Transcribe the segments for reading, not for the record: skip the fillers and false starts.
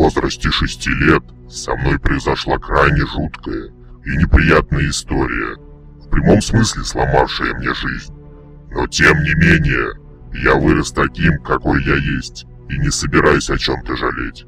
возрасте 6 лет со мной произошла крайне жуткая и неприятная история, в прямом смысле сломавшая мне жизнь. Но тем не менее, я вырос таким, какой я есть, и не собираюсь о чем-то жалеть.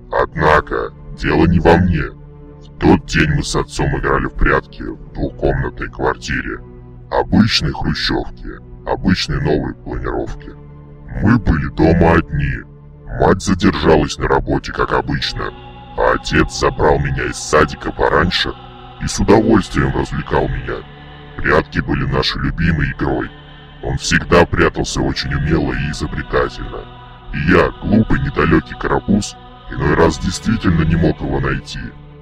Однако, дело не во мне. В тот день мы с отцом играли в прятки в двухкомнатной квартире. Обычной хрущевке, обычной новой планировки. Мы были дома одни. Мать задержалась на работе, как обычно, а отец забрал меня из садика пораньше и с удовольствием развлекал меня. Прятки были нашей любимой игрой. Он всегда прятался очень умело и изобретательно. И я, глупый недалекий карапуз, иной раз действительно не мог его найти.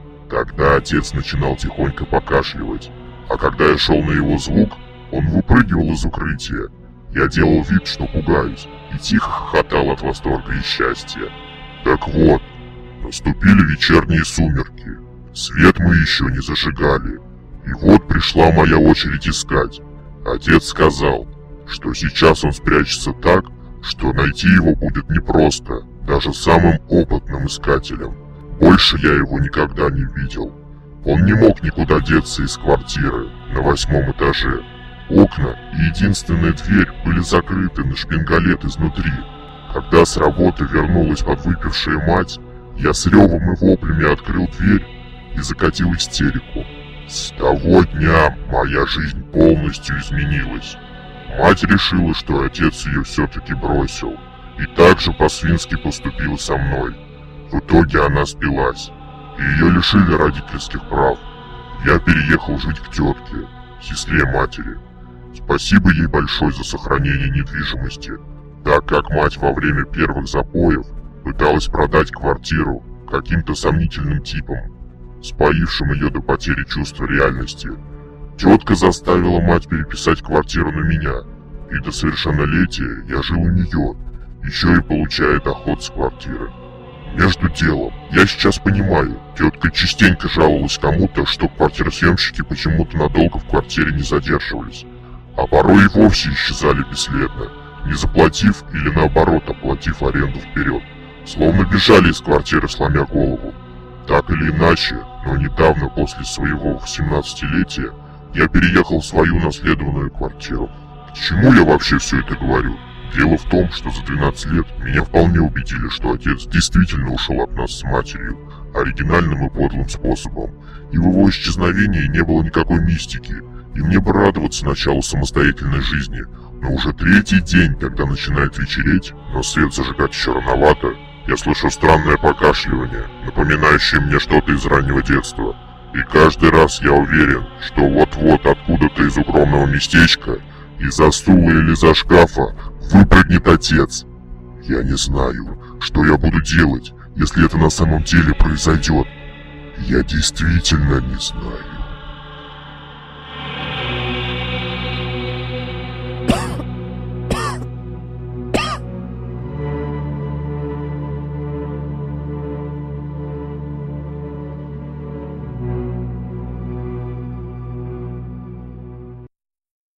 Тогда отец начинал тихонько покашливать, а когда я шел на его звук, он выпрыгивал из укрытия. Я делал вид, что пугаюсь, и тихо хохотал от восторга и счастья. Так вот, наступили вечерние сумерки. Свет мы еще не зажигали. И вот пришла моя очередь искать. Отец сказал, что сейчас он спрячется так, что найти его будет непросто, даже самым опытным искателем. Больше я его никогда не видел. Он не мог никуда деться из квартиры на 8-м этаже. Окна и единственная дверь были закрыты на шпингалет изнутри. Когда с работы вернулась подвыпившая мать, я с ревом и воплями открыл дверь и закатил истерику. С того дня моя жизнь полностью изменилась. Мать решила, что отец ее все-таки бросил, и также по-свински поступил со мной. В итоге она спилась, и ее лишили родительских прав. Я переехал жить к тетке, сестре матери. Спасибо ей большое за сохранение недвижимости, так как мать во время первых запоев пыталась продать квартиру каким-то сомнительным типам, споившим ее до потери чувства реальности. Тетка заставила мать переписать квартиру на меня, и до совершеннолетия я жил у нее, еще и получая доход с квартиры. Между делом, я сейчас понимаю, тетка частенько жаловалась кому-то, что квартиросъемщики почему-то надолго в квартире не задерживались, а порой и вовсе исчезали бесследно, не заплатив или наоборот оплатив аренду вперед, словно бежали из квартиры, сломя голову. Так или иначе, но недавно после своего 18-летия я переехал в свою наследованную квартиру. К чему я вообще все это говорю? Дело в том, что за 12 лет меня вполне убедили, что отец действительно ушел от нас с матерью оригинальным и подлым способом, и в его исчезновении не было никакой мистики, и мне бы радоваться началу самостоятельной жизни, но уже третий день, когда начинает вечереть, но свет зажигать еще рановато, я слышу странное покашливание, напоминающее мне что-то из раннего детства, и каждый раз я уверен, что вот-вот откуда-то из укромного местечка, из-за стула или из-за шкафа, выпрыгнет отец. Я не знаю, что я буду делать, если это на самом деле произойдет. Я действительно не знаю.